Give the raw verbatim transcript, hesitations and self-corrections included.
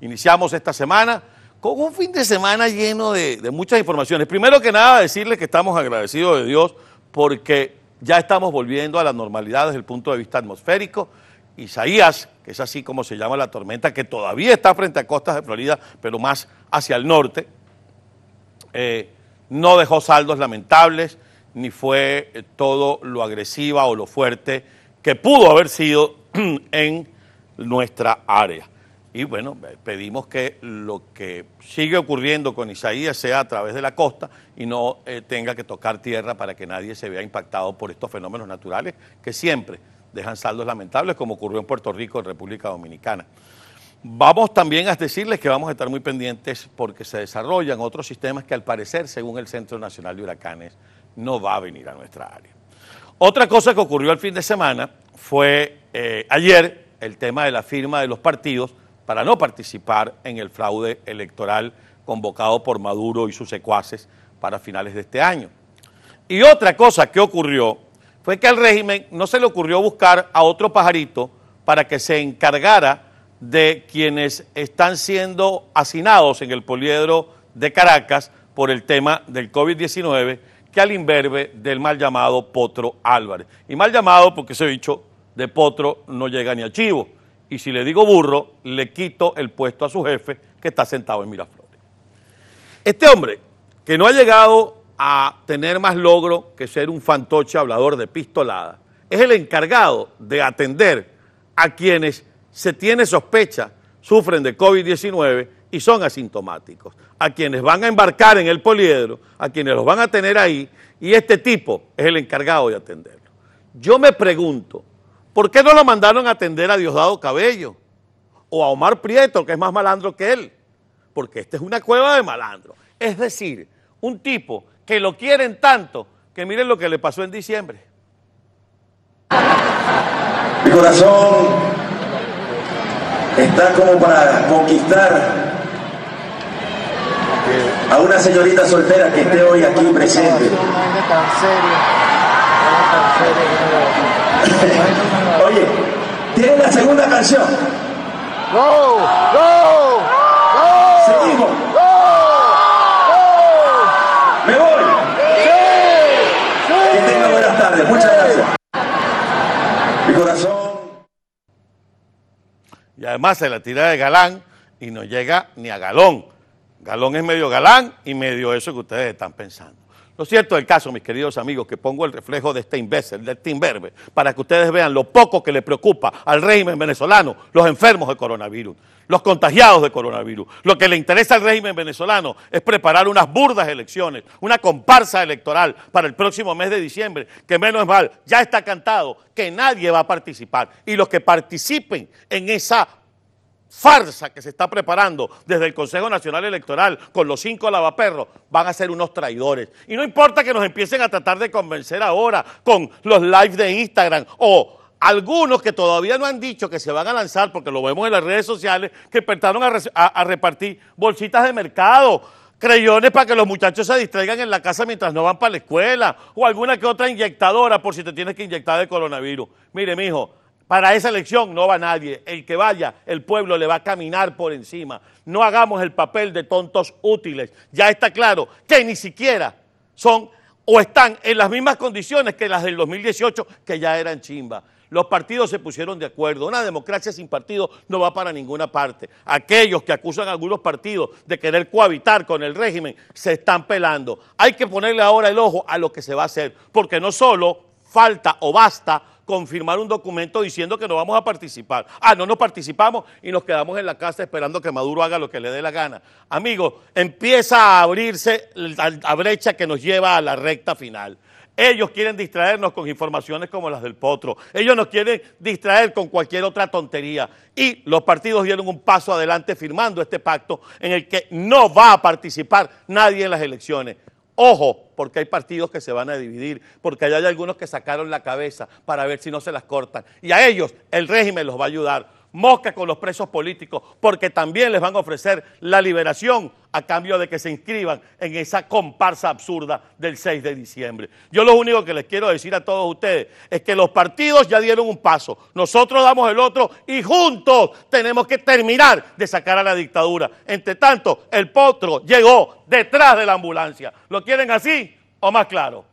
Iniciamos esta semana con un fin de semana lleno de, de muchas informaciones. Primero que nada, decirles que estamos agradecidos de Dios porque ya estamos volviendo a la normalidad desde el punto de vista atmosférico. Isaías, que es así como se llama la tormenta, que todavía está frente a costas de Florida, pero más hacia el norte, eh, no dejó saldos lamentables, ni fue eh, todo lo agresiva o lo fuerte que pudo haber sido en nuestra área. Y bueno, pedimos que lo que sigue ocurriendo con Isaías sea a través de la costa y no eh, tenga que tocar tierra para que nadie se vea impactado por estos fenómenos naturales que siempre dejan saldos lamentables, como ocurrió en Puerto Rico, en República Dominicana. Vamos también a decirles que vamos a estar muy pendientes porque se desarrollan otros sistemas que al parecer, según el Centro Nacional de Huracanes, no va a venir a nuestra área. Otra cosa que ocurrió el fin de semana fue eh, ayer el tema de la firma de los partidos para no participar en el fraude electoral convocado por Maduro y sus secuaces para finales de este año. Y otra cosa que ocurrió fue que al régimen no se le ocurrió buscar a otro pajarito para que se encargara de quienes están siendo hacinados en el poliedro de Caracas por el tema del COVID diecinueve, que al imberbe del mal llamado Potro Álvarez. Y mal llamado porque ese bicho de Potro no llega ni a chivo. Y si le digo burro, le quito el puesto a su jefe, que está sentado en Miraflores. Este hombre, que no ha llegado a tener más logro que ser un fantoche hablador de pistolada, es el encargado de atender a quienes se tiene sospecha sufren de COVID diecinueve y son asintomáticos, a quienes van a embarcar en el poliedro, a quienes los van a tener ahí, y este tipo es el encargado de atenderlo. Yo me pregunto, ¿por qué no lo mandaron a atender a Diosdado Cabello o a Omar Prieto, que es más malandro que él? Porque esta es una cueva de malandro. Es decir, un tipo que lo quieren tanto que miren lo que le pasó en diciembre. Mi corazón está como para conquistar a una señorita soltera que esté hoy aquí presente. Oye, ¿tienen la segunda canción? ¡Go! ¡Go! ¡Go! Seguimos. ¡Go! Me voy. ¡Sí! ¡Sí! Que tengan buenas tardes. Muchas gracias. Mi corazón. Y además se la tira de galán y no llega ni a galón. Galón es medio galán y medio eso que ustedes están pensando. Lo cierto del caso, mis queridos amigos, que pongo el reflejo de este imbécil, de este imberbe, para que ustedes vean lo poco que le preocupa al régimen venezolano los enfermos de coronavirus, los contagiados de coronavirus. Lo que le interesa al régimen venezolano es preparar unas burdas elecciones, una comparsa electoral para el próximo mes de diciembre, que menos mal, ya está cantado, que nadie va a participar. Y los que participen en esa farsa que se está preparando desde el Consejo Nacional Electoral con los cinco lavaperros, van a ser unos traidores. Y no importa que nos empiecen a tratar de convencer ahora con los lives de Instagram o algunos que todavía no han dicho que se van a lanzar, porque lo vemos en las redes sociales, que empezaron a, re a, a repartir bolsitas de mercado, creyones para que los muchachos se distraigan en la casa mientras no van para la escuela, o alguna que otra inyectadora por si te tienes que inyectar de coronavirus. Mire, mijo, para esa elección no va nadie. El que vaya, el pueblo le va a caminar por encima. No hagamos el papel de tontos útiles. Ya está claro que ni siquiera son o están en las mismas condiciones que las del dos mil dieciocho, que ya eran chimba. Los partidos se pusieron de acuerdo. Una democracia sin partidos no va para ninguna parte. Aquellos que acusan a algunos partidos de querer cohabitar con el régimen se están pelando. Hay que ponerle ahora el ojo a lo que se va a hacer, porque no solo falta o basta confirmar un documento diciendo que no vamos a participar. Ah, no nos participamos y nos quedamos en la casa esperando que Maduro haga lo que le dé la gana. Amigos, empieza a abrirse la brecha que nos lleva a la recta final. Ellos quieren distraernos con informaciones como las del Potro. Ellos nos quieren distraer con cualquier otra tontería. Y los partidos dieron un paso adelante firmando este pacto en el que no va a participar nadie en las elecciones. Ojo, porque hay partidos que se van a dividir, porque hay algunos que sacaron la cabeza para ver si no se las cortan. Y a ellos el régimen los va a ayudar, mosca con los presos políticos, porque también les van a ofrecer la liberación a cambio de que se inscriban en esa comparsa absurda del seis de diciembre. Yo lo único que les quiero decir a todos ustedes es que los partidos ya dieron un paso, nosotros damos el otro y juntos tenemos que terminar de sacar a la dictadura. Entre tanto, el potro llegó detrás de la ambulancia. ¿Lo quieren así o más claro?